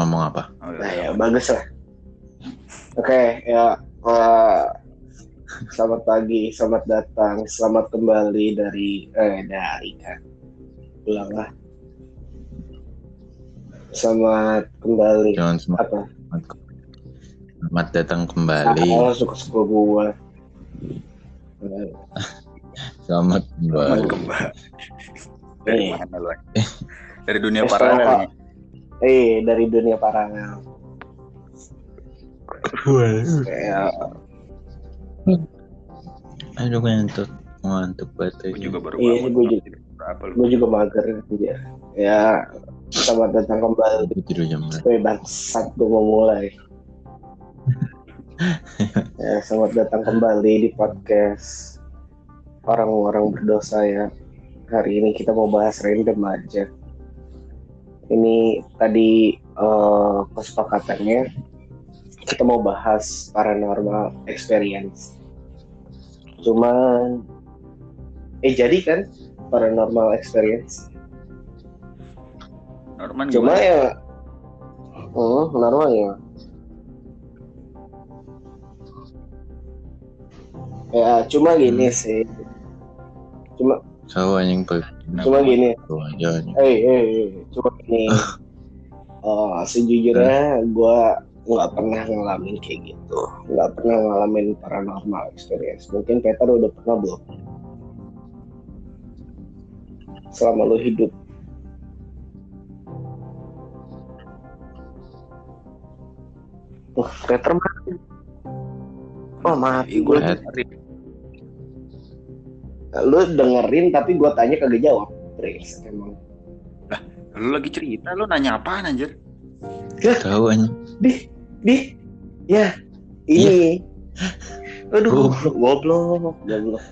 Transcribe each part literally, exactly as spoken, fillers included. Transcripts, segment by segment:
ngomong apa? Oh, nah ya bagus lah. Oke okay, ya uh, selamat pagi, selamat datang, selamat kembali dari eh dari kan ulanglah. Selamat kembali. Jangan semangat. Apa? Selamat datang kembali. Oh, suka-suka gue. Selamat kembali. Dari Eh. mana lu? Dari dunia Eh, paralel so- nih. Eh, dari dunia paralel. Waduh. Kayak Aduh ngantuk, ngantuk banget. Gue juga baru Iya, bangun. gue juga. Berapa lu? gue juga mager ya. Ya, selamat datang kembali. Aku tidur jam berapa? Weh bangsat, gue mau mulai. Ya, selamat datang kembali di podcast orang-orang berdosa ya. Hari ini kita mau bahas random aja. Ini tadi uh, kesepakatannya kita mau bahas paranormal experience. Cuman eh jadi kan paranormal experience. Norman Cuma gimana? ya hmm, normal ya. Ya cuma gini Hmm. sih. Cuma So anjing per. Cuma gini. Tuh aja anjing. eh eh eh, cuma gini. Oh, sejujurnya gue nggak pernah ngalamin kayak gitu, nggak pernah ngalamin paranormal experience. Mungkin Peter udah pernah belum? Selama lu hidup. Uh, Peter mati. Oh mati Ih, gue gue. dengerin. Lu dengerin tapi gue tanya kagak jawab. Please, emang. Lu lagi cerita, lu nanya apaan anjir? Tahu anjing. Di, di, ya, ini. Aduh, goblok, goblok.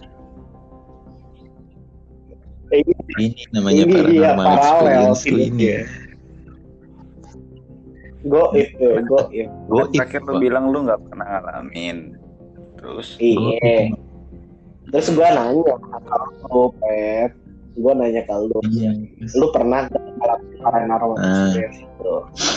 Eh, Ini namanya Ini dia paranormal paralel experience tuh ini. hidupnya. Goib ya, goib. Goib, Terakhir lu Pak. bilang lu nggak pernah ngalamin. Terus Iya. Terus gue nanya ke lu, Pep. Gue nanya ke lu, Iya. lu pernah gak ngalamin paranormal Ah. experience itu?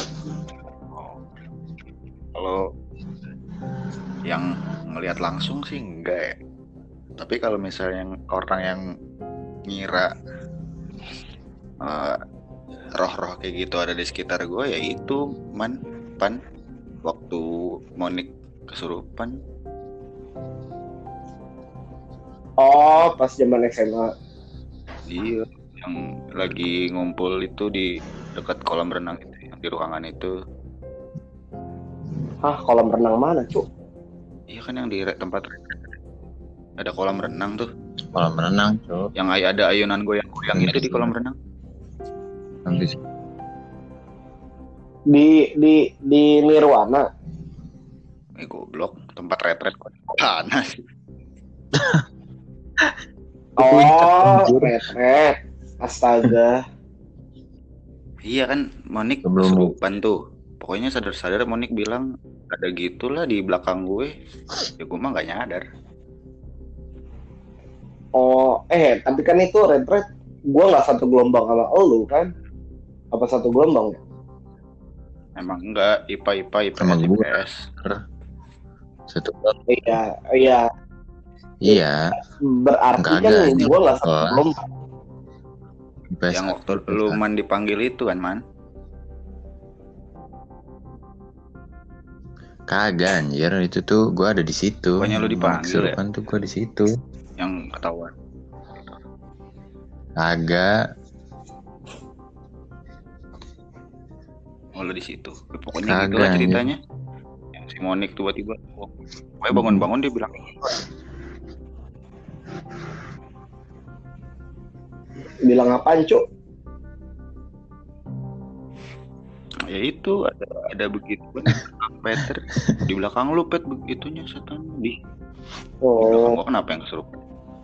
kalau yang ngelihat langsung sih enggak ya. Tapi kalau misalnya yang orang yang ngira uh, roh-roh kayak gitu ada di sekitar gue, ya itu man pan waktu Monik kesurupan. Oh, pas zaman S M A. Iya, yang lagi ngumpul itu di dekat kolam renang itu, yang di ruangan itu. Hah, kolam renang mana, Cuk? Iya kan yang di re- tempat re- ada kolam renang tuh, Kolam renang, Cok. yang ay- ada ayunan goyang-goyang Yang itu di di kolam renang. Nanti Di di di Nirwana. Eh goblok, tempat retret kok panas. Oh, retret. Astaga. Iya kan, Monik Sebelum- kesurupan tuh. Pokoknya sadar-sadar Monik bilang ada gitulah di belakang gue. Ya gue mah nggak nyadar. Oh, eh tapi kan itu retret. Gue nggak satu gelombang sama lu kan? Apa satu gelombang? Emang enggak, I P A I P A I P S Sama I gue. P S. satu. Iya, iya. Iya. Berarti Kagak, kan ini gue nggak satu kelas. gelombang. I P S Yang waktu I P S lu man dipanggil itu kan man. Kagak anjir, itu tuh gue ada di situ. Pokoknya lu dipanggil Kesurupan tuh gue di situ. Yang ketahuan. Kagak. Oh lu di situ. Ya, pokoknya Kagak, gitu lah anjir. ceritanya. Yang si Monik tiba-tiba, oh, pokoknya bangun-bangun dia bilang, Bilang apaan, Cuk? ya itu ada ada begitu Peter di belakang lu Pet begitunya setan di, di belakang Oh, gua kenapa yang kesurupan?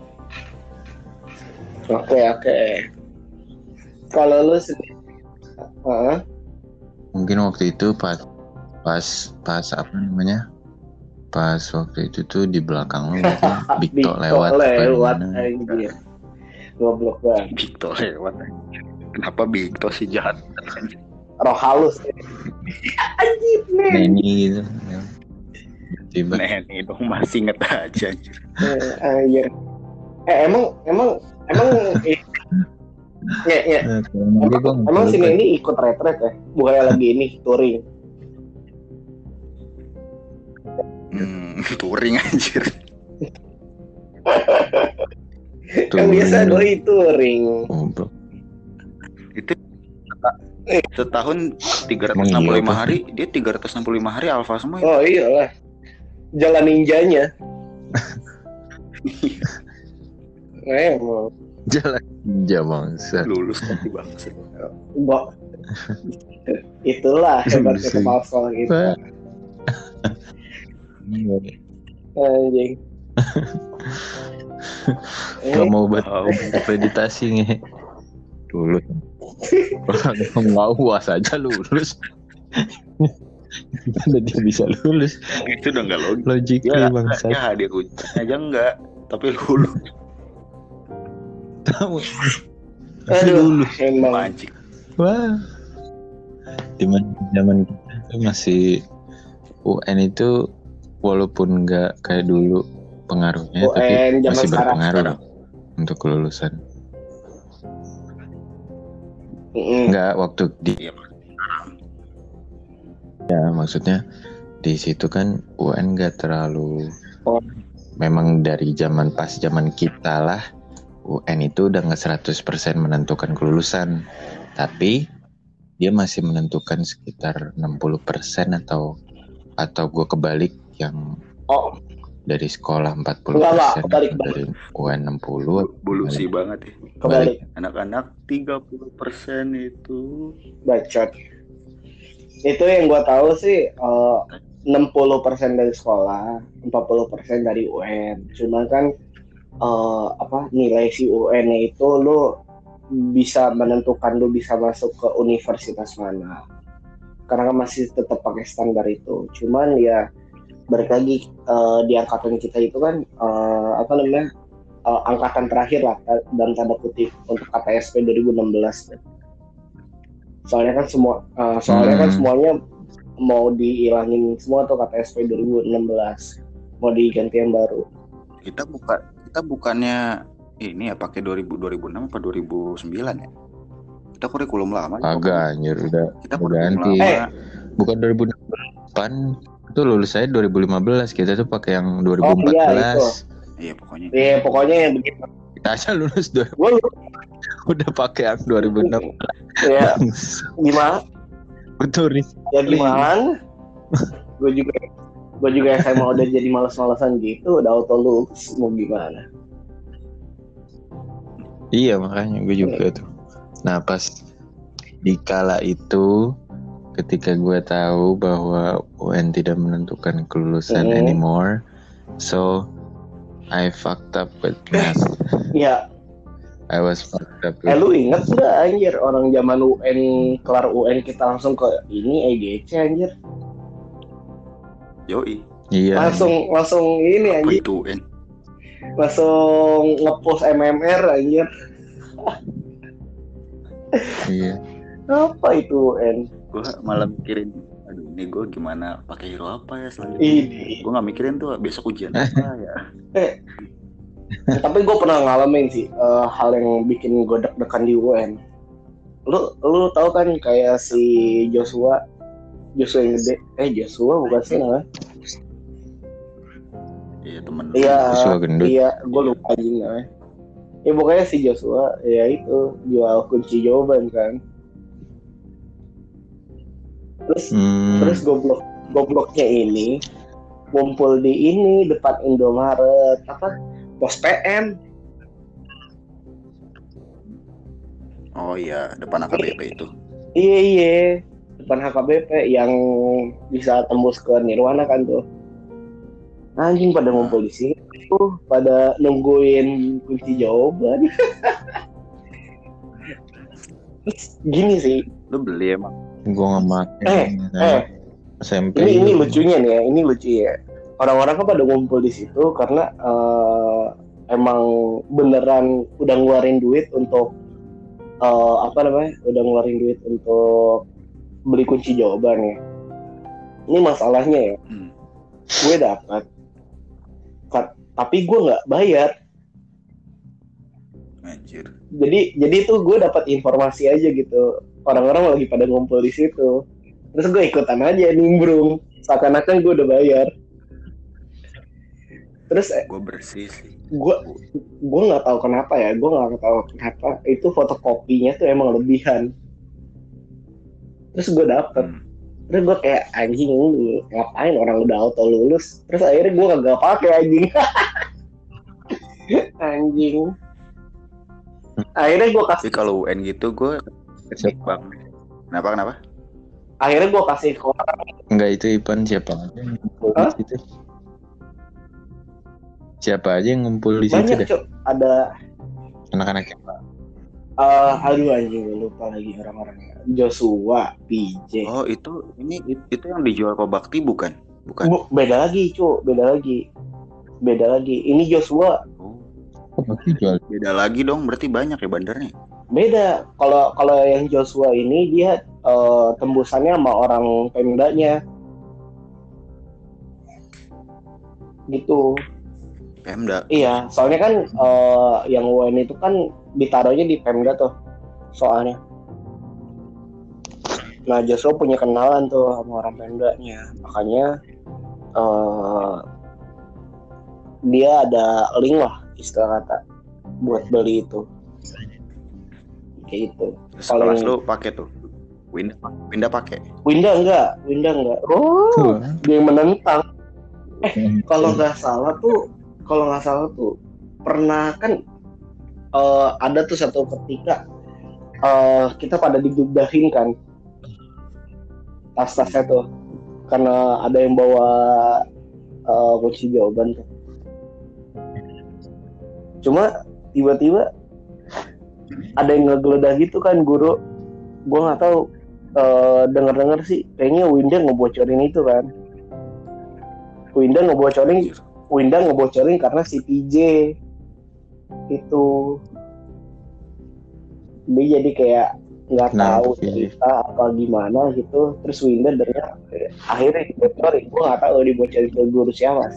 oke oke. Kalau lu sendiri, Hah? Mungkin waktu itu pas pas pas apa namanya? Pas waktu itu tuh di belakang lu mungkin Bigto lewat. lewat apa gimana. anjir. Goblok banget. Bigto lewat. Kenapa Bigto sih jahat? roh halus. Anjir, nen. Neni gitu. Tiba. Neni dong masih inget aja. Eh, anjir. Eh emang emang emang eh, ya, ya. Nah, Emang, emang si Neni ikut retret ya? Bukannya lagi ini touring. Hmm, touring anjir. Kan biasa doi touring. Oh, bro. Itu setahun tiga ratus enam puluh lima hari, dia tiga ratus enam puluh lima hari alfa semua. Oh iyalah. Jalan ninjanya. Emang. Jalan ninja bangsa. Lulus tapi bangsa. Mbak. Itulah hebatnya kepala sekolah kita. Anjing. Gak mau buat akreditasi nge. Lulus. Orang mau uas aja lulus. Gimana dia bisa lulus? Itu udah nggak logis. Logiknya bangsa. Ya hadir ujian aja enggak, tapi lulus. Tahu. Aduh, Lulus. emang. Mancing. Wah. Di zaman kita tuh masih U N itu walaupun nggak kayak dulu pengaruhnya, U N tapi zaman masih sekarang, berpengaruh sekarang. untuk kelulusan. Mm-mm. Nggak waktu di Iya. ya maksudnya di situ kan U N nggak terlalu. Oh. Memang dari zaman pas zaman kita lah U N itu udah nggak seratus persen menentukan kelulusan, tapi dia masih menentukan sekitar enam puluh persen atau atau gue kebalik yang Oh, dari sekolah empat puluh enggak lah, persen kebalik dari U N enam puluh. Bulu sih banget ya. kebalik. Anak-anak tiga puluh persen itu. Bacot. Itu yang gua tahu sih uh, enam puluh persen dari sekolah, empat puluh persen dari U N. Cuma kan uh, apa nilai si U N-nya itu lu bisa menentukan lu bisa masuk ke universitas mana. Karena kan masih tetap pakai standar itu. Cuman ya balik lagi uh, di angkatan kita itu kan uh, apa namanya uh, angkatan terakhir lah dalam tanda kutip untuk K T S P dua ribu enam belas. Soalnya kan semua uh, soalnya Hmm. kan semuanya mau dihilangin semua tuh K T S P dua ribu enam belas, mau diganti yang baru. Kita buka kita bukannya ini ya pakai dua ribu dua ribu enam apa dua ribu sembilan ya? Kita kurikulum lama. Agak anjir udah Kita udah kurikulum ganti. lama. Eh. Bukan dua ribu delapan itu lulus saya dua ribu lima belas, kita tuh pakai yang dua ribu Oh, empat iya, belas. itu. Iya pokoknya. Iya pokoknya yang begitu. Kita aja lulus dua, Gue udah pakai yang dua ribu enam belas. ya gimana? Betul nih. Ya gimana? Gue juga gue juga S M A udah jadi malas-malasan gitu, udah auto lulus, mau gimana? Iya makanya gue juga tuh. Nah pas di kala itu ketika gue tahu bahwa U N tidak menentukan kelulusan Hmm. anymore, so I fucked up with math. Ya, I was fucked up eh with lu inget gak anjir orang zaman U N kelar U N kita langsung ke ini E G C anjir. Yoi. iya. Langsung langsung ini Apa anjir. itu N? Langsung ngepost M M R anjir. Iya. Apa itu U N? Gue malah mikirin, aduh ini gue gimana pakai hero apa ya selanjutnya. Ini. Gue nggak mikirin tuh besok ujian apa ya. Eh, tapi gue pernah ngalamin sih uh, hal yang bikin gue deg-degan di U N. Lu lu tahu kan kayak si Joshua, Joshua yang gede, eh Joshua bukan sih namanya? Iya temen. Iya, Joshua gendut. iya, gue lupa aja namanya. Ya pokoknya si Joshua, ya itu jual kunci jawaban kan. Terus Hmm. terus goblok gobloknya ini ngumpul di ini depan Indomaret apa pos P M. Oh iya depan A K B P itu. Iya iya depan H K B P yang bisa tembus ke Nirwana kan tuh. Anjing pada ngumpul di sini tuh pada nungguin kunci jawaban. Terus gini sih, Lu beli emang? Gue nggak make. Eh, eh. S M P. ini ini lucunya nih ya, ini lucu ya. Orang-orang kan pada ngumpul di situ karena uh, emang beneran udah ngeluarin duit untuk uh, apa namanya? Udah ngeluarin duit untuk beli kunci jawaban ya. Ini masalahnya ya, Hmm. gue dapat, tapi gue nggak bayar. Anjir. Jadi jadi tuh gue dapat informasi aja gitu. Orang-orang lagi pada ngumpul di situ. Terus gue ikutan aja nimbrung. Seakan-akan gue udah bayar. Terus Gue bersih sih. gue gue nggak tahu kenapa ya. Gue nggak tahu kenapa itu fotokopinya tuh emang lebihan. Terus gue dapet. Hmm. Terus gue kayak anjing ngapain orang udah auto lulus. Terus akhirnya gue kagak pakai anjing. Anjing. Akhirnya gue kasih. Tapi kalau U N gitu gue kecil banget. Kenapa kenapa? Akhirnya gue kasih ke orang. Enggak, itu Ipan siapa aja yang ngumpul Hah? di situ? Siapa aja yang ngumpul di situ Banyak dah? Cok. Ada Anak-anak yang uh, aduh anjing lupa lagi orang-orangnya. Joshua, P J. Oh itu ini itu yang dijual ke Bakti bukan? Bukan. Bu, beda lagi cu, beda lagi. Beda lagi. Ini Joshua. Oh, pasti jual. beda lagi dong, berarti banyak ya bandarnya. Beda. Kalau kalau yang Joshua ini dia uh, tembusannya sama orang Pemdanya. Gitu. Pemda. Iya, soalnya kan uh, yang U N itu kan ditaruhnya di Pemda tuh. Soalnya. Nah, Joshua punya kenalan tuh sama orang Pemdanya. Makanya uh, dia ada link lah istilah kata buat beli itu. Kayak gitu. Terus Kalau kelas yang- lu pakai tuh. Winda Winda pakai. Winda enggak, Winda enggak. Oh, Tuh. dia yang menentang. Kalau nggak salah tuh, kalau nggak salah tuh pernah kan uh, ada tuh satu ketika uh, kita pada didudahin kan tas-tasnya tuh karena ada yang bawa uh, kunci jawaban tuh. Cuma tiba-tiba ada yang ngegeledah gitu kan guru. Gue nggak tahu. Uh, dengar-dengar sih kayaknya Winda ngebocorin itu kan. Winda ngebocorin, Winda ngebocorin karena si P J itu. Dia jadi kayak nggak Nah, tahu P J. cerita apa gimana gitu. Terus Winda dengar eh, akhirnya dibocorin. Gue nggak tahu dibocorin ke guru siapa.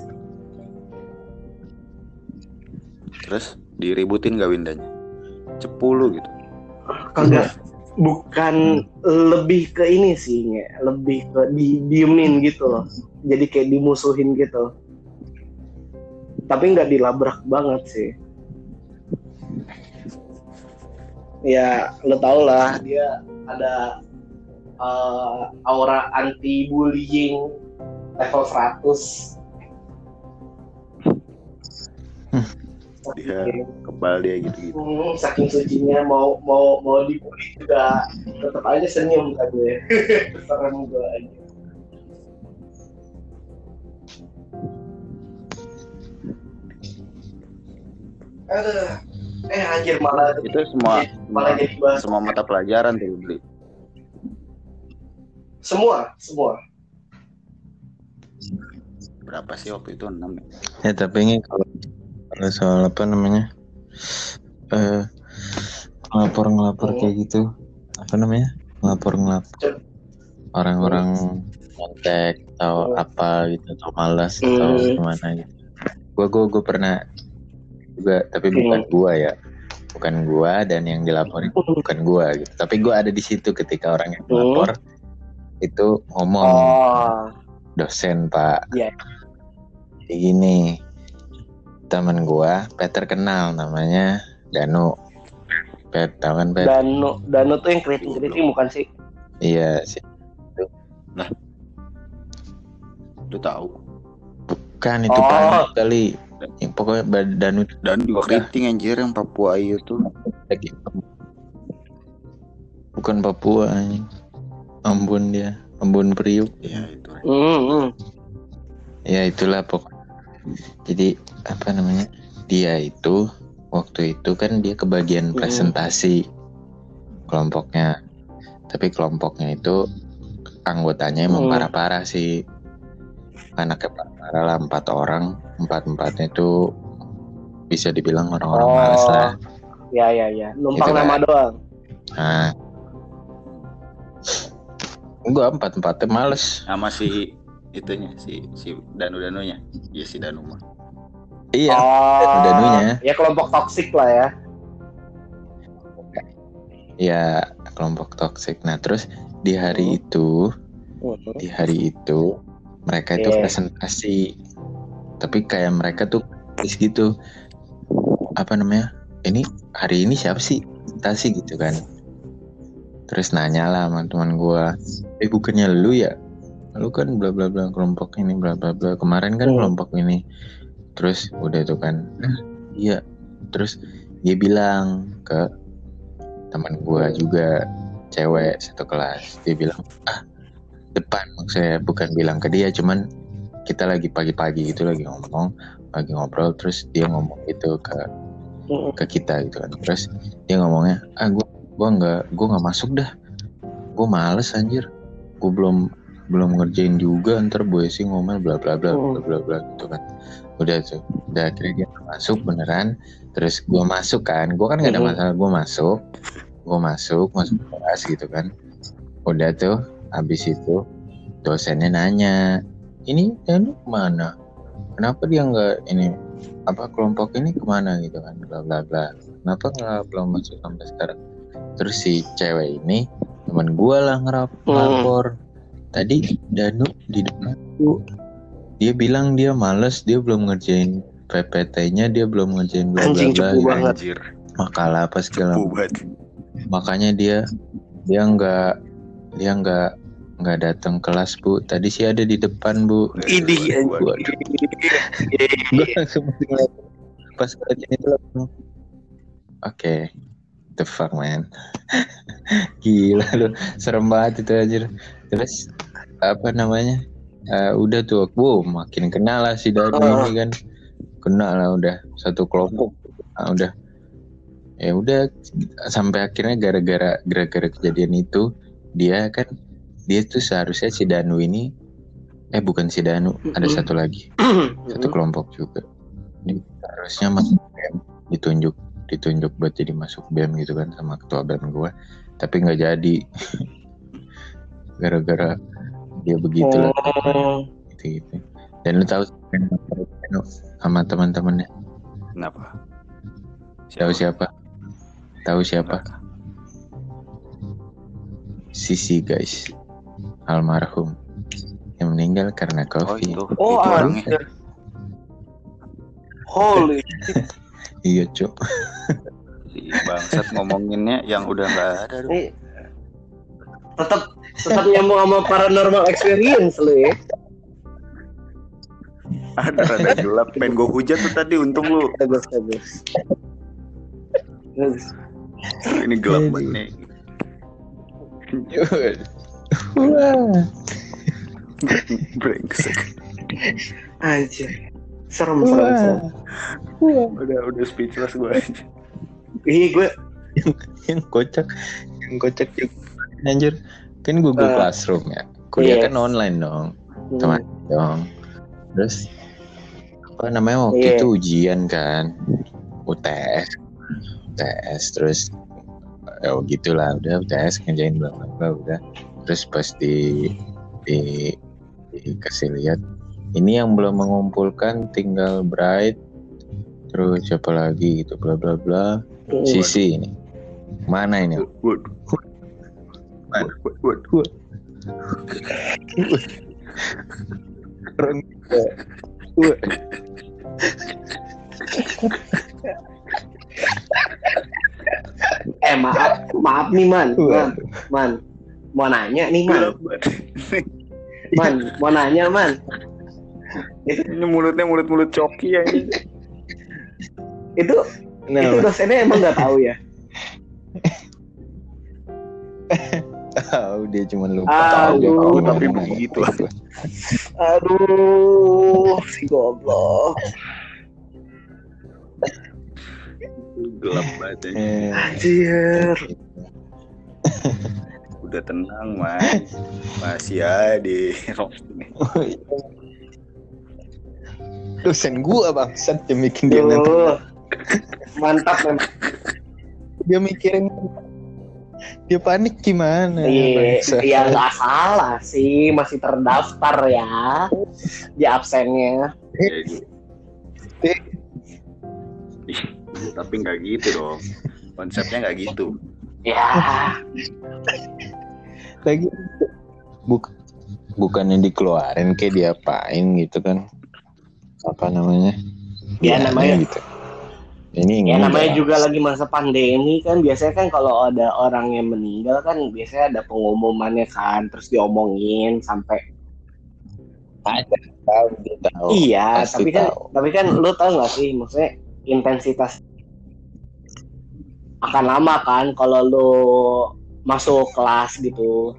Terus diributin gak Windanya? Cepulu gitu. Kagak. Bukan lebih ke ini sih, Nge. Lebih ke di diemin gitu loh. Jadi kayak dimusuhin gitu. Tapi nggak dilabrak banget sih. Ya, lo tau lah dia ada uh, aura anti bullying level seratus. Dia kebal dia gitu-gitu. Hmm, saking sucinya mau mau mau dibully juga tetap aja senyum kan gue. Serem gue aja. Aduh, eh anjir malah Itu semua malah jadi bahas semua mata pelajaran tuh beli. semua semua. Berapa sih waktu itu? enam ya? Ya tapi ini kalau kalau soal apa namanya eh ngelapor-ngelapor Hmm. kayak gitu, apa namanya, ngelapor-ngelapor Cep. orang-orang kontak atau Hmm. apa gitu atau malas atau Hmm. gimana gitu. Gua gua gua pernah juga, tapi bukan gua ya, bukan gua dan yang dilaporin bukan gua gitu. Tapi gua ada di situ ketika orang yang melapor itu ngomong, Oh, dosen Pak. Iya. Kayak gini, teman gua Peter kenal namanya Danu. Pet, tahu kan Pet? Danu Danu tuh yang keriting-keriting bukan sih? Iya sih. Lu tahu? Bukan itu Oh. panik kali. Yang pokoknya Ba- Danu Dan juga keriting anjir yang Papua Ayu tuh. lagi. Bukan Papua anjing. Ambon dia, Ambon Priuk. Iya itu. Hmm, hmm. Ya itulah pokoknya. Jadi apa namanya? Dia itu waktu itu kan dia kebagian Hmm. presentasi kelompoknya. Tapi kelompoknya itu anggotanya emang Hmm. parah-parah sih. Anaknya parah-parah lah, empat orang. Empat-empatnya itu bisa dibilang orang-orang Oh. malas lah. Ya ya ya. Numpang Itu kan. nama doang. Nah, Gua empat-empatnya males. Sama si itunya si si Danu-danunya. Iya si Danu mah. Iya. Oh, Danunya. ya kelompok toksik lah ya. Ya kelompok toksik. Nah terus di hari itu, di hari itu mereka itu Yeah. presentasi. Tapi kayak mereka tuh tulis gitu. Apa namanya? Ini hari ini siapa sih? Presentasi gitu kan. Terus nanya lah sama teman gue, eh bukannya lu ya? Lu kan bla bla bla kelompok ini bla bla bla. Kemarin kan Hmm. kelompok ini. Terus udah itu kan, nah, iya. Terus dia bilang ke teman gue juga cewek satu kelas. Dia bilang, ah depan maksudnya bukan bilang ke dia, cuman kita lagi pagi-pagi gitu lagi ngomong, lagi ngobrol. Terus dia ngomong gitu ke ke kita gitu kan. Terus dia ngomongnya, ah gue gue nggak gue nggak masuk dah, gue males anjir, gue belum belum ngerjain juga, ntar Bu Esi ngomel bla bla bla bla bla bla gitu kan. Udah tuh udah akhirnya dia masuk beneran. Terus gue masuk kan, gue kan nggak ada masalah, gue masuk gue masuk masuk kelas gitu kan. Udah tuh habis itu dosennya nanya, ini Danu kemana, kenapa dia nggak ini apa kelompok ini kemana gitu kan, bla bla bla, kenapa nggak belum masuk sampai sekarang. Terus si cewek ini teman gue lah ngelapor, tadi Danu di depan tuh dia bilang dia males, dia belum ngerjain P P T-nya, dia belum ngerjain bla bla Anjing bla cepu gitu. banget. Anjir. Makalah apa segala Cepu banget. makanya dia dia nggak dia nggak nggak datang kelas Bu, tadi sih ada di depan Bu. Ini Gua gue langsung ngeliat pas ngeliatin itu langsung oke, the fuck man. Gila lu, serem banget itu anjir. Terus apa namanya, uh, udah tuh wow makin kenal lah si Danu Oh. ini kan, kenal lah udah satu kelompok. Nah, udah ya udah sampai akhirnya gara-gara gara-gara kejadian itu dia kan dia tuh seharusnya si Danu ini eh bukan si Danu, ada satu lagi satu kelompok juga, dia harusnya masuk B E M, ditunjuk ditunjuk buat jadi masuk B E M gitu kan sama ketua B E M gue, tapi nggak jadi gara-gara dia begitu lah Oh. gitu, gitu. Dan lu tahu sama teman-temannya Kenapa? tahu siapa tahu siapa Sisi guys, almarhum yang meninggal karena Oh COVID. itu. Oh, itu ah. orangnya. Holy. Iya cok. Si bangsat ngomonginnya yang udah nggak ada. Aduh. Ini tetap tetap nyambung sama paranormal experience lu ya. Ada rada gelap. Pengen gue hujat tuh tadi, untung lu. Bagus bagus. Bagus. Ini gelap banget nih. Wah. Brengsek. Anjir. Serem serem serem. Udah udah speechless gue aja. Ih gue Yang kocak, yang kocak juga anjir. Kan Google Uh, Classroom ya. Kuliah iya. kan online dong, hmm, teman dong. Terus apa namanya waktu Iya. itu ujian kan, U T S, U T S terus ya gitulah udah U T S ngerjain bla bla bla udah. Terus pas di di dikasih lihat ini yang belum mengumpulkan tinggal Bright, terus siapa lagi gitu bla bla bla. hmm. Sisi ini mana ini? Wood. Mana? Wood. Wood. Wood. Keren. Eh maaf maaf nih man, man, man. Mau nanya nih man, Gelap banget. man, mau nanya man. Ini mulutnya mulut-mulut coki ya ini. Itu itu Nah, dosennya emang nggak tahu ya? tahu dia cuma lupa Aduh, aja kalau tapi ngomong begitu. gitu. Aduh, si goblok. Gelap banget ya. Eh, Anjir. Udah tenang man. Masih ada di roast nih. dosen gua bangsat dia bikin dia nanti Duh. Mantap memang. dia mikirin Dia panik gimana? Iya, bangsa? ya nggak salah sih, masih terdaftar ya di absennya. Jadi, tapi nggak gitu dong. Konsepnya nggak gitu. Ya, Lagi buk bukannya dikeluarin kayak diapain gitu kan? Apa namanya? ya Gimana namanya gitu. Ini ya enggak. namanya juga lagi masa pandemi kan, biasanya kan kalau ada orang yang meninggal kan biasanya ada pengumumannya kan, terus diomongin sampai Ada tahu dia tahu. iya, Pasti tapi kan tahu. tapi kan lu tahu nggak sih, maksudnya intensitas akan lama kan kalau lu masuk kelas gitu.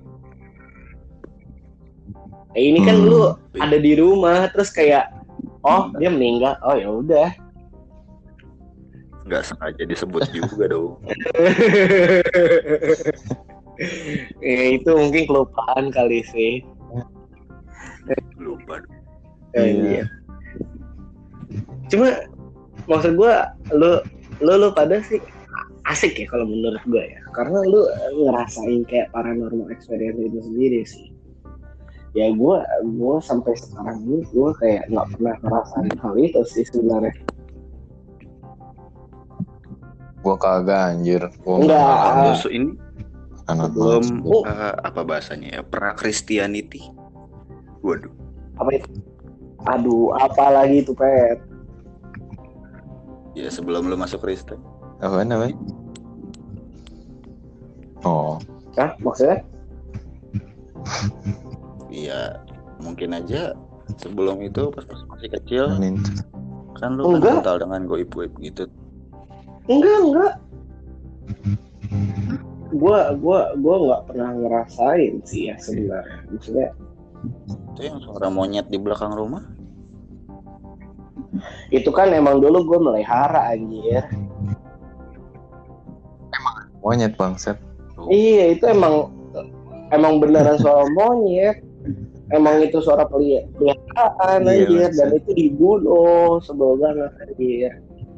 Nah, ini kan Hmm. lu ada di rumah terus kayak oh dia meninggal, oh ya udah. Nggak sengaja disebut juga dong. Ya itu mungkin kelupaan kali sih. Lupa. Eh, Iya. iya. Cuma maksud gue lu lu lu pada sih asik ya kalau menurut gue ya, karena lu ngerasain kayak paranormal experience itu sendiri sih. Ya gue gue sampai sekarang ini gue kayak nggak pernah ngerasain hal itu sih sebenarnya. Gua kagak anjir. Gua Enggak. malah Justru ini anak belum Oh. uh, apa bahasanya ya, pra Christianity. Waduh. Apa itu? Aduh, apa lagi itu Pet? Ya sebelum lu masuk Kristen. apa namanya? Oh, Hah? Maksudnya? Iya, mungkin aja sebelum itu pas masih kecil amin. kan lu kan Enggak. kental dengan goib-goib gitu. Enggak, enggak. Gua gua gua nggak pernah ngerasain sih ya sebenarnya. Maksudnya Itu yang suara monyet di belakang rumah. itu kan emang dulu gue melihara anjir. Monyet bangsat. Tuh. Iya, itu emang emang beneran suara monyet. Emang itu suara peli- peliharaan Iya, anjir, dan maksud- itu dibunuh sebel banget anjir.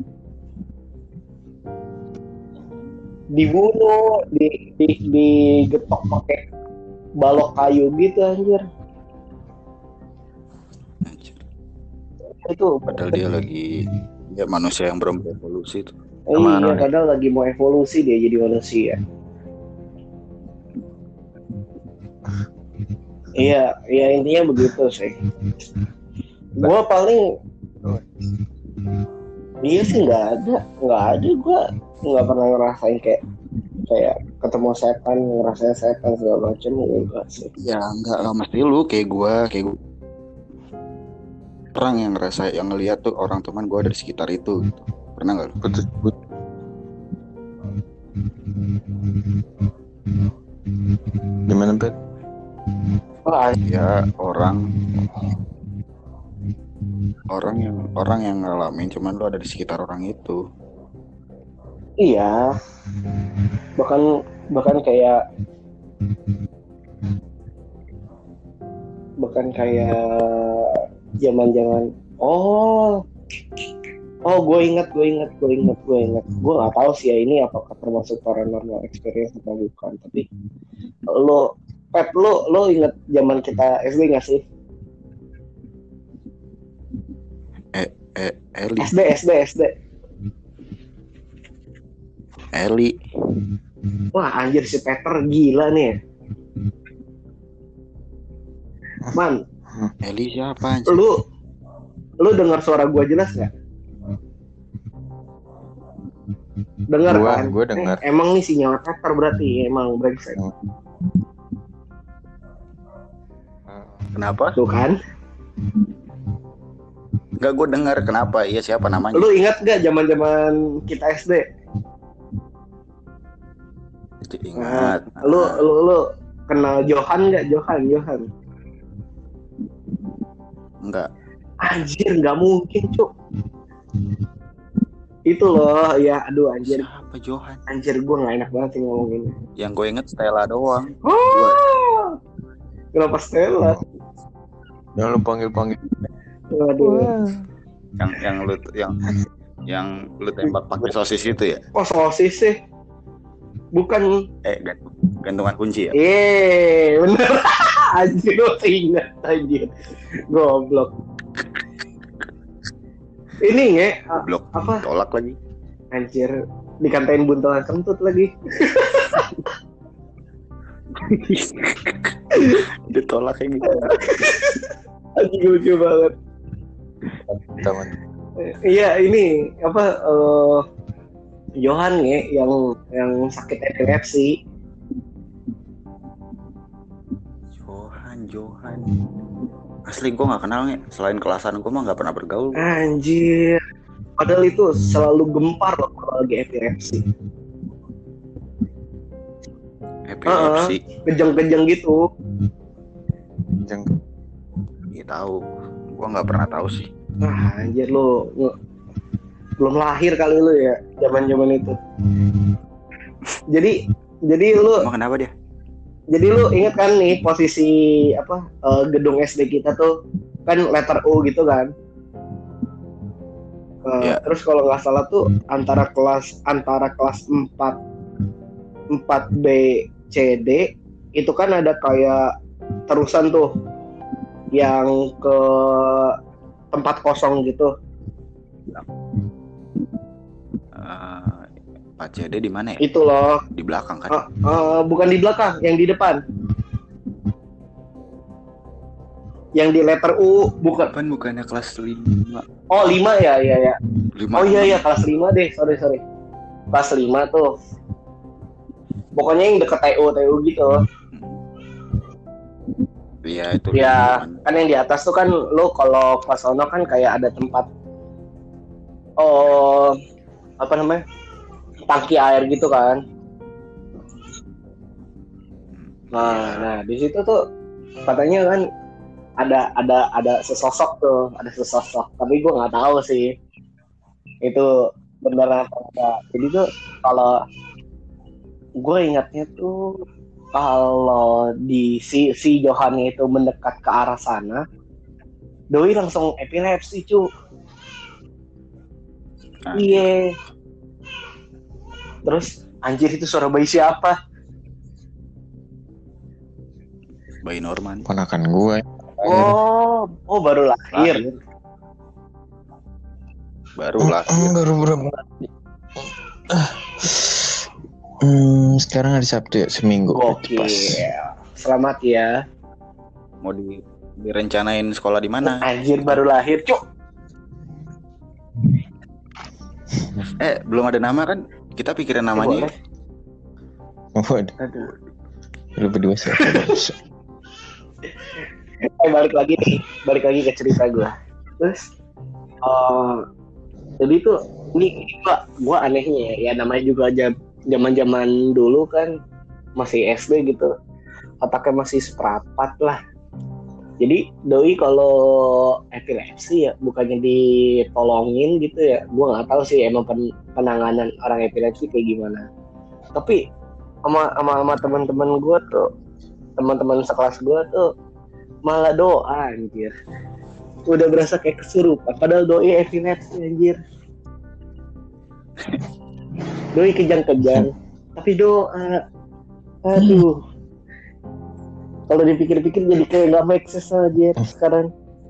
Dibunuh, di, di digetok pakai balok kayu gitu anjir. Anjir. Itu Padahal dia lagi ya manusia yang belum berevolusi tuh. eh, Kemana iya, nih? padahal lagi mau evolusi dia jadi manusia. Iya, iya intinya begitu sih. Gua paling iya sih nggak ada, nggak ada. Gua nggak pernah ngerasain kayak kayak ketemu setan, ngerasain setan segala macam enggak sih. Ya enggak lah, mesti lu kayak gua, kayak gua. Orang yang ngerasa yang ngelihat tuh orang teman gua dari sekitar itu gitu. Pernah nggak lu? Putus put. Gimana Pet? Wah, Ya orang orang yang orang yang ngalamin cuman lu ada di sekitar orang itu. iya. Bahkan bahkan kayak bahkan kayak zaman-zaman oh oh gue ingat gue ingat gue ingat gue ingat gue nggak tahu sih ya ini apakah termasuk paranormal experience atau bukan, tapi lo Pep lo lo ingat zaman kita S D nggak sih? Eh eh Eli S D S D S D Eli wah anjir si Peter gila nih man. Eli siapa anjir? Lu lu dengar suara gua jelas nggak? Dengar Gua- kan? gua dengar. Eh, emang nih sinyal Peter berarti emang brengsek. Kenapa? Tuh kan? Enggak, gue dengar kenapa. Iya, siapa namanya? Lu ingat nggak zaman-zaman kita S D? Ingat. Lu lu lu kenal Johan nggak? Johan Johan. Enggak. Anjir nggak mungkin cuk. Itu loh ya, aduh anjir Siapa Johan? anjir gue nggak enak banget sih ngomongin. Yang gue inget Stella doang. Oh, kenapa Stella? Yang lu panggil-panggil. Aduh. Yang yang lu yang yang lu tembak pakai sosis itu ya? Kok sosis sih? Bukan. Eh, gantung, gantungan kunci ya? Eh, bener. Anjir, lu ingat anjir. Goblok. Ini nge, Goblok. apa? Tolak lagi. Anjir, dikatain buntelan kentut lagi. Ditolak kayak gitu. Anjir, lucu banget. Teman. Iya, ini apa? Uh, Johan nge, yang yang sakit epilepsi. Johan, Johan. Asli gue nggak kenal nih. Selain kelasan gue mah nggak pernah bergaul. Anjir. Padahal itu selalu gempar loh kalau lagi epilepsi. Epilepsi. Uh-uh, kejang-kejang gitu. Jeng. Iya tahu. Gue nggak pernah tahu sih. Wah, anjir lu, lu belum lahir kali lu ya zaman-zaman itu. Jadi jadi lu Emang kenapa dia? Jadi lu inget kan nih posisi apa uh, gedung S D kita tuh kan letter U gitu kan. Uh, Ya. Terus kalau nggak salah tuh antara kelas antara kelas empat empat B C D itu kan ada kayak terusan tuh yang ke tempat kosong gitu. Uh, Pak C D di mana ya? Itu loh. Di belakang kan? Uh, uh, bukan di belakang, yang di depan. Yang di letter U, bukan. Depan bukannya kelas lima. Oh, lima ya, ya, ya. lima. Oh iya, iya, kelas lima deh. Sorry, sorry. Kelas lima tuh. Pokoknya yang deket T U, T U gitu. Iya, itu. Ya, lima. kan yang di atas tuh kan lo kalau ke sono kan kayak ada tempat oh apa namanya? Tangki air gitu kan. Nah, nah di situ tuh katanya kan ada ada ada sesosok tuh, ada sesosok. Tapi gue nggak tahu sih itu beneran atau enggak. Jadi tuh kalau gue ingatnya tuh kalau di si si Johannya itu mendekat ke arah sana, doi langsung epilepsi cu. Ah. Iya. Terus anjir itu suara bayi siapa? Bayi Norman. Ponakan gue. Oh, oh baru lahir. Lahir. Baru Mm, lahir. mm, baru berapa? Ah. Hmm, sekarang hari Sabtu ya, seminggu. Oke. Selamat ya. Mau di direncanain sekolah di mana? Anjir baru lahir, cuk. Eh, belum ada nama kan? Kita pikirin namanya. Eh, Waduh, Aduh. lu berdua siapa? Eh, balik lagi nih, balik lagi ke cerita gue. Terus, uh, jadi tuh ini gua, gua anehnya ya, ya namanya juga aja zaman-zaman dulu kan masih S D gitu, otaknya masih seperapat lah. Jadi doi kalau epilepsi ya bukannya ditolongin gitu ya, gue nggak tahu sih emang pen- penanganan orang epilepsi kayak gimana. Tapi sama sama, sama teman-teman gue tuh, teman-teman sekelas gue tuh malah doa anjir. Udah berasa kayak kesurupan, padahal doi epilepsi anjir. Doi kejang-kejang, tapi doa. Aduh. Kalau dipikir-pikir jadi kayak nggak make sense aja sekarang.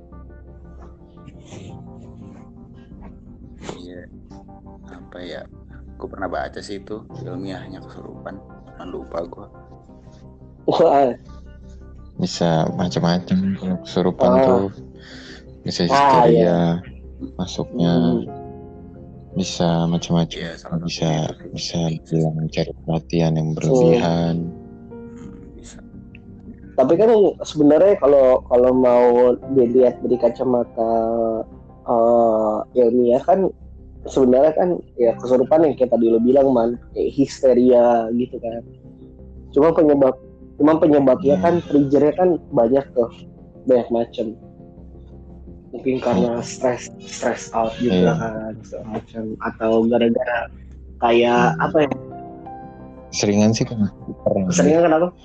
Iya. Apa ya? Gue pernah baca sih itu ilmiahnya kesurupan. Cuman lupa gue. Wah, Bisa macam-macam kalau kesurupan Ah. tuh. Bisa Ah, histeria iya. masuknya, Hmm. bisa macam-macam. Iya, salah satunya Bisa itu sih. bisa bilang mencari perhatian yang berlebihan. Hmm, bisa. Tapi kan sebenarnya kalau kalau mau dilihat dari kacamata uh, ilmiah kan sebenarnya kan ya kesurupan yang kayak tadi lo bilang man kayak histeria gitu kan. Cuma penyebab cuma penyebabnya Hmm. kan triggernya kan banyak tuh, banyak macam. Mungkin karena stress stress out juga Iya. kan segala macam atau gara-gara kayak apa ya? Seringan sih kan Keseringan kenapa?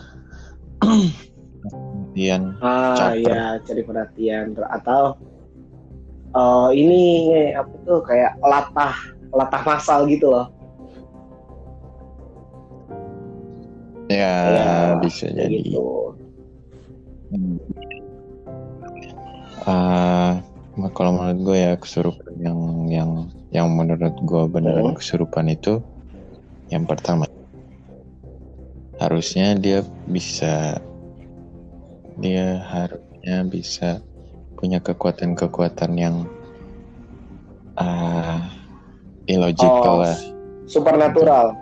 perhatian. Ah Caper. ya cari perhatian atau uh, ini apa tuh kayak latah latah masal gitu loh. Ya, Ya, bisa kayak jadi. gitu. Uh, kalau menurut gue ya kesurupan yang yang yang menurut gue beneran Hmm. kesurupan itu yang pertama harusnya dia bisa dia harusnya bisa punya kekuatan-kekuatan yang uh, illogical Oh, lah, supernatural.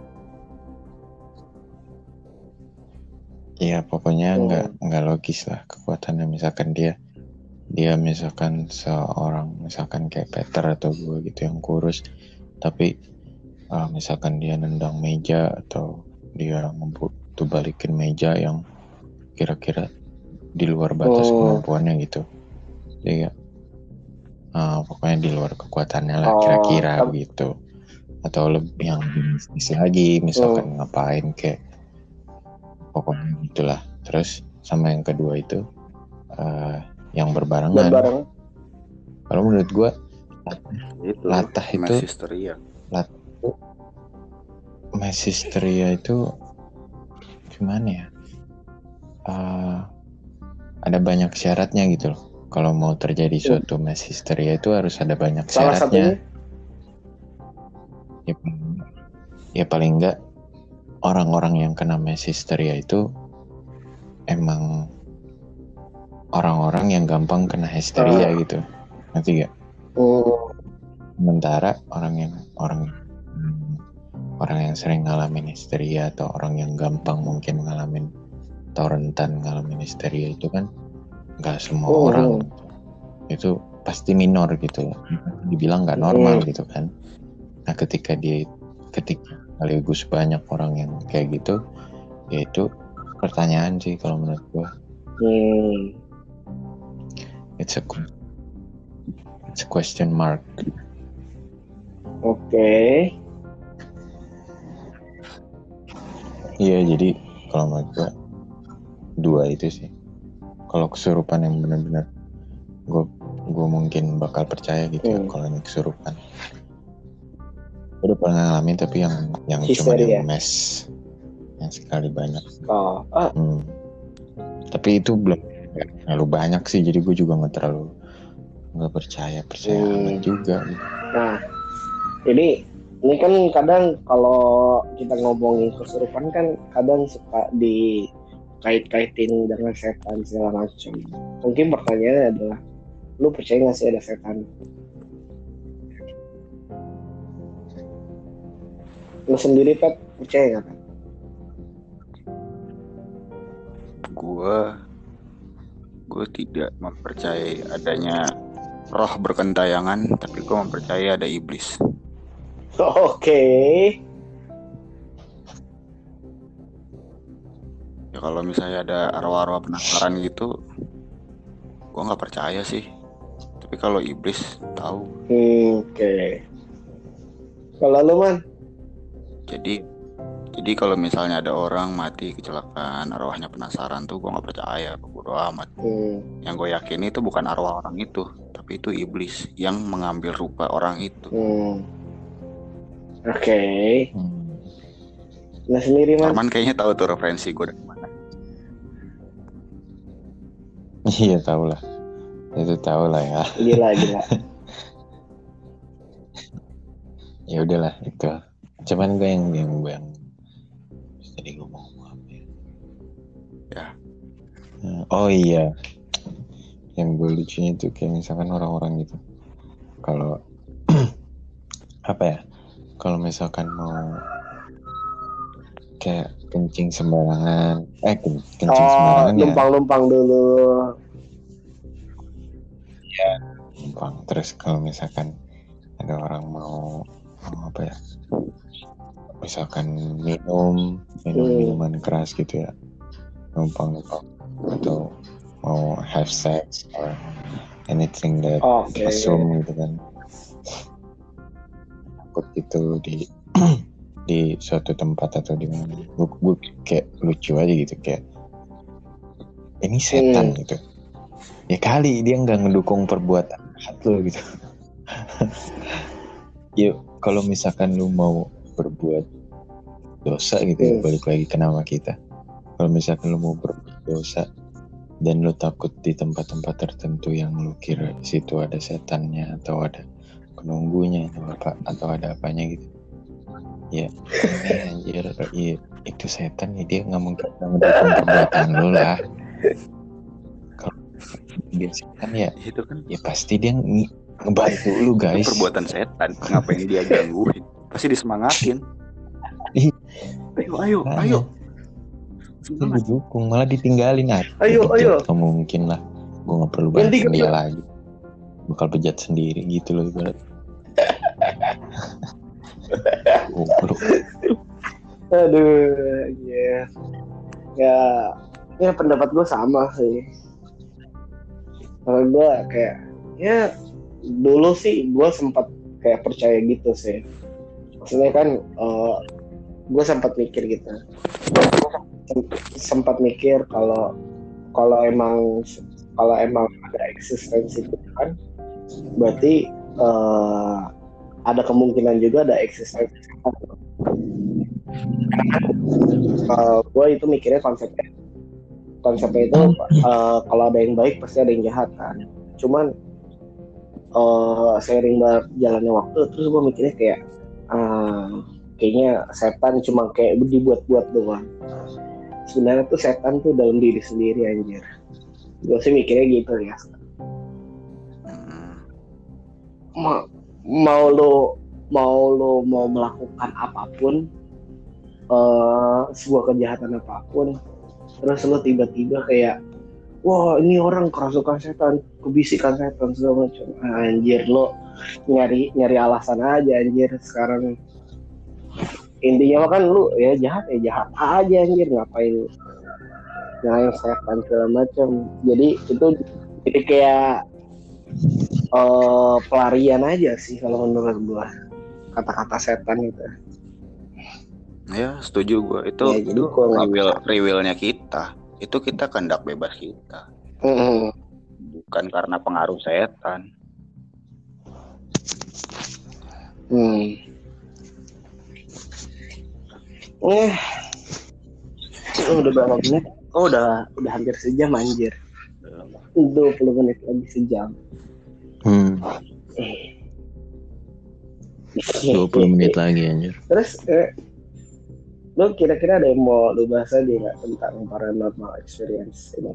ya pokoknya Hmm. nggak nggak logis lah kekuatannya. Misalkan dia dia misalkan seorang misalkan kayak Peter atau gue gitu yang kurus, tapi uh, misalkan dia nendang meja atau dia ngebutuh balikin meja yang kira-kira di luar batas Hmm. kemampuannya gitu, jadi uh, pokoknya di luar kekuatannya lah Oh, kira-kira tapi- begitu. Atau lebih yang bisnis lagi misalkan Hmm. ngapain kayak pokoknya gitulah. Terus sama yang kedua itu uh, yang berbarengan. Berbareng. Kalau menurut gue Itu latah itu mass hysteria. latah itu mass hysteria itu gimana ya? Uh, ada banyak syaratnya gitu loh. Kalau mau terjadi suatu mass hysteria itu harus ada banyak Salah syaratnya. satunya? Ya, ya paling enggak orang-orang yang kena mass hysteria itu emang orang-orang yang gampang kena histeria uh. gitu, ngerti gak? Hmm. Sementara orang yang orang orang yang sering ngalamin histeria atau orang yang gampang mungkin ngalamin atau rentan ngalamin histeria itu kan nggak semua hmm. orang itu pasti minor gitu loh, dibilang nggak normal hmm. gitu kan. Nah ketika dia ketika sekaligus banyak orang yang kayak gitu, yaitu pertanyaan sih kalau menurut gua. Hmm. It's a it's a question mark. Oke. Okay. Iya, jadi kalau menurut gue dua itu sih. Kalau kesurupan yang benar-benar gue gue mungkin bakal percaya gitu hmm. ya kalau ini kesurupan. Gue udah pernah ngalamin tapi yang yang cuma yang mes yang sekali banyak. Oh. Ah. Hmm. Tapi itu belum terlalu banyak sih, jadi gue juga nggak terlalu nggak percaya percaya hmm. amat juga. Nah, jadi ini kan kadang kalau kita ngomongin kesurupan kan kadang suka dikait-kaitin dengan setan segala macam. Mungkin pertanyaannya adalah, lu percaya nggak sih ada setan? Lu sendiri Pep, percaya nggak Pep? Gue, gue tidak mempercayai adanya roh berkentayangan, tapi gue mempercayai ada iblis. Oke. Okay. Ya kalau misalnya ada arwah-arwah penasaran gitu, gue nggak percaya sih. Tapi kalau iblis tahu. Hmm, Oke. Okay. Kalau lu Man? Jadi, jadi kalau misalnya ada orang mati kecelakaan, arwahnya penasaran tuh gue nggak percaya, bodo amat. Hmm. Yang gue yakin itu bukan arwah orang itu, tapi itu iblis yang mengambil rupa orang itu. Hmm. Oke. Okay. Hmm. Nah sendiri Man? Arman kayaknya tahu tuh referensi gue dari mana. Iya tahu lah, itu tahu lah ya. Gila gila. Ya udahlah itu. Cuman gue yang yang gue yang tadi ngomong apa ya? Ya. Oh iya, yang gue lucunya itu kayak misalkan orang-orang gitu, kalau apa ya? Kalau misalkan mau kayak kencing sembarangan, eh kencing oh, sembarangan ya. Numpang-numpang dulu. Ya, numpang. Terus kalau misalkan ada orang mau, mau apa ya? Misalkan minum, minum hmm. minuman keras gitu ya, numpang-numpang. Atau mau have sex or anything that oh, okay, assume yeah. gitu kan. Takut gitu di di suatu tempat atau di mana, gue, gue kayak lucu aja gitu, kayak ini setan hmm. gitu ya kali dia nggak ngedukung perbuatan jahat lo gitu. Yuk kalau misalkan lu mau berbuat dosa gitu ya, Hmm. balik lagi ke nama kita. Kalau misalkan lu mau berbuat dosa dan lu takut di tempat-tempat tertentu yang lu kira di situ ada setannya atau ada penunggunya atau apa atau ada apanya gitu, ya eh, anjir, ya, itu setan ya, dia nggak mungkin ngedukung perbuatan lu lah. Kalau dia setan ya, Itu kan ya pasti dia ng- ngebantu lu guys. itu perbuatan setan, ngapain dia gangguin? Pasti disemangatin. Ih. Ayo, ayo, Makanya. ayo. Itu Semangat. didukung, malah ditinggalin aja. Ayo, ayo. Gak mungkin lah, gue nggak perlu Yang bantuin tiga- dia lagi, bakal bejat sendiri gitu loh ibarat. Goblok. Aduh, ya, ya, ya pendapat gue sama sih. Kalau gue kayak, ya dulu sih gue sempat kayak percaya gitu sih. Maksudnya kan, uh, gue sempat mikir gitu. Sempat mikir kalau kalau emang kalau emang ada eksistensi Tuhan, berarti uh, ada kemungkinan juga ada eksistensi setan. Uh, gue itu mikirnya konsepnya konsepnya itu uh, kalau ada yang baik pasti ada yang jahat kan. Cuman uh, seiring berjalannya waktu, terus gue mikirnya kayak uh, kayaknya setan cuma kayak dibuat-buat doang. Sebenarnya tuh setan tuh dalam diri sendiri anjir. Gue sih mikirnya gitu ya. Ma- mau lo mau lo mau melakukan apapun, uh, sebuah kejahatan apapun, terus lo tiba-tiba kayak, wah ini orang kerasukan setan, kebisikan setan segala macam. Anjir, lo nyari nyari alasan aja anjir sekarang. Intinya kan lu ya jahat ya jahat aja anjir, ngapain ngapain setan segala macam. Jadi itu jadi kayak uh, pelarian aja sih kalau menurut gua kata-kata setan itu. Ya setuju gue. Itu Ya, jadi itu gua nggak rewil percaya. rewilnya kita. Itu kita kehendak bebas kita, Mm-mm. bukan karena pengaruh setan. Hmm. Eh, udah berapa menit? Oh udah udah hampir sejam anjir. dua puluh menit lagi sejam. Hmm, Eh. dua puluh menit lagi anjir. Terus eh, lu kira-kira ada yang mau lu bahas lagi nggak tentang paranormal experience ini?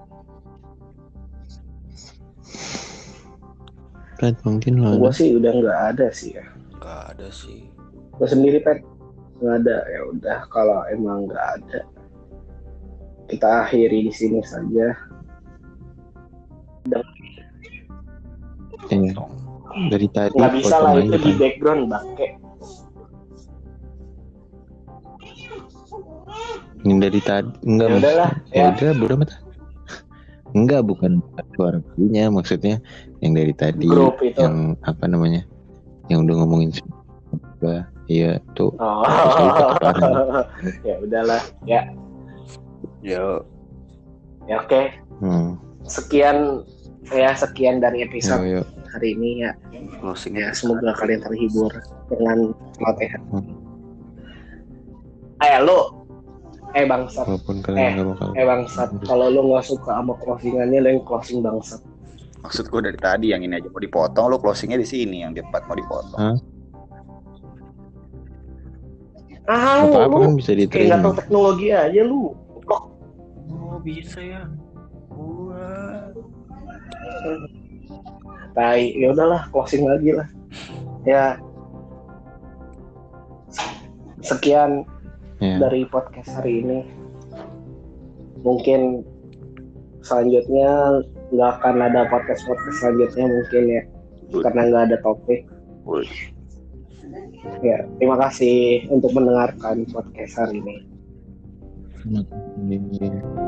Pet, mungkin lo Gue ada. sih udah nggak ada sih ya. Gak ada sih. Gue sendiri Pet nggak ada. Ya udah kalau emang nggak ada, kita akhiri di sini saja. Eh, dari tadi Nggak bisa lah potong itu aja, di Pan. background bangke. Ini dari tadi enggak Ya mas. udahlah Ya ya. udah bodo amat. Enggak, bukan suara punya, maksudnya yang dari tadi, Grup itu. yang apa namanya, yang udah ngomongin juga, iya tuh. Oh. Terus lupa kemarin. Ya udahlah ya. Yo. Ya oke. Hmm. Sekian ya sekian dari Yo episode yo. hari ini ya. Closing Ya ya. semoga kalian terhibur dengan latihan. Hmm. Eh lu, eh bangsat, Walaupun Eh, kalian nggak bakal. eh bangsat. Kalau lu nggak suka sama closingannya, lu yang closing bangsat. Maksud gue dari tadi yang ini aja mau dipotong, lo closingnya di sini, yang di tempat mau dipotong. Hah? Ah, Apa-apa lu kan bisa kayak nggak diterima. tahu teknologi aja lu. Goblok. Oh bisa ya. Wah. Tai, ya udahlah closing lagi lah. Ya. Sekian Ya. dari podcast hari ini. Mungkin selanjutnya nggak akan ada podcast podcast selanjutnya mungkin ya, karena nggak ada topik. Wih. Ya, terima kasih untuk mendengarkan podcast hari ini. Terima kasih.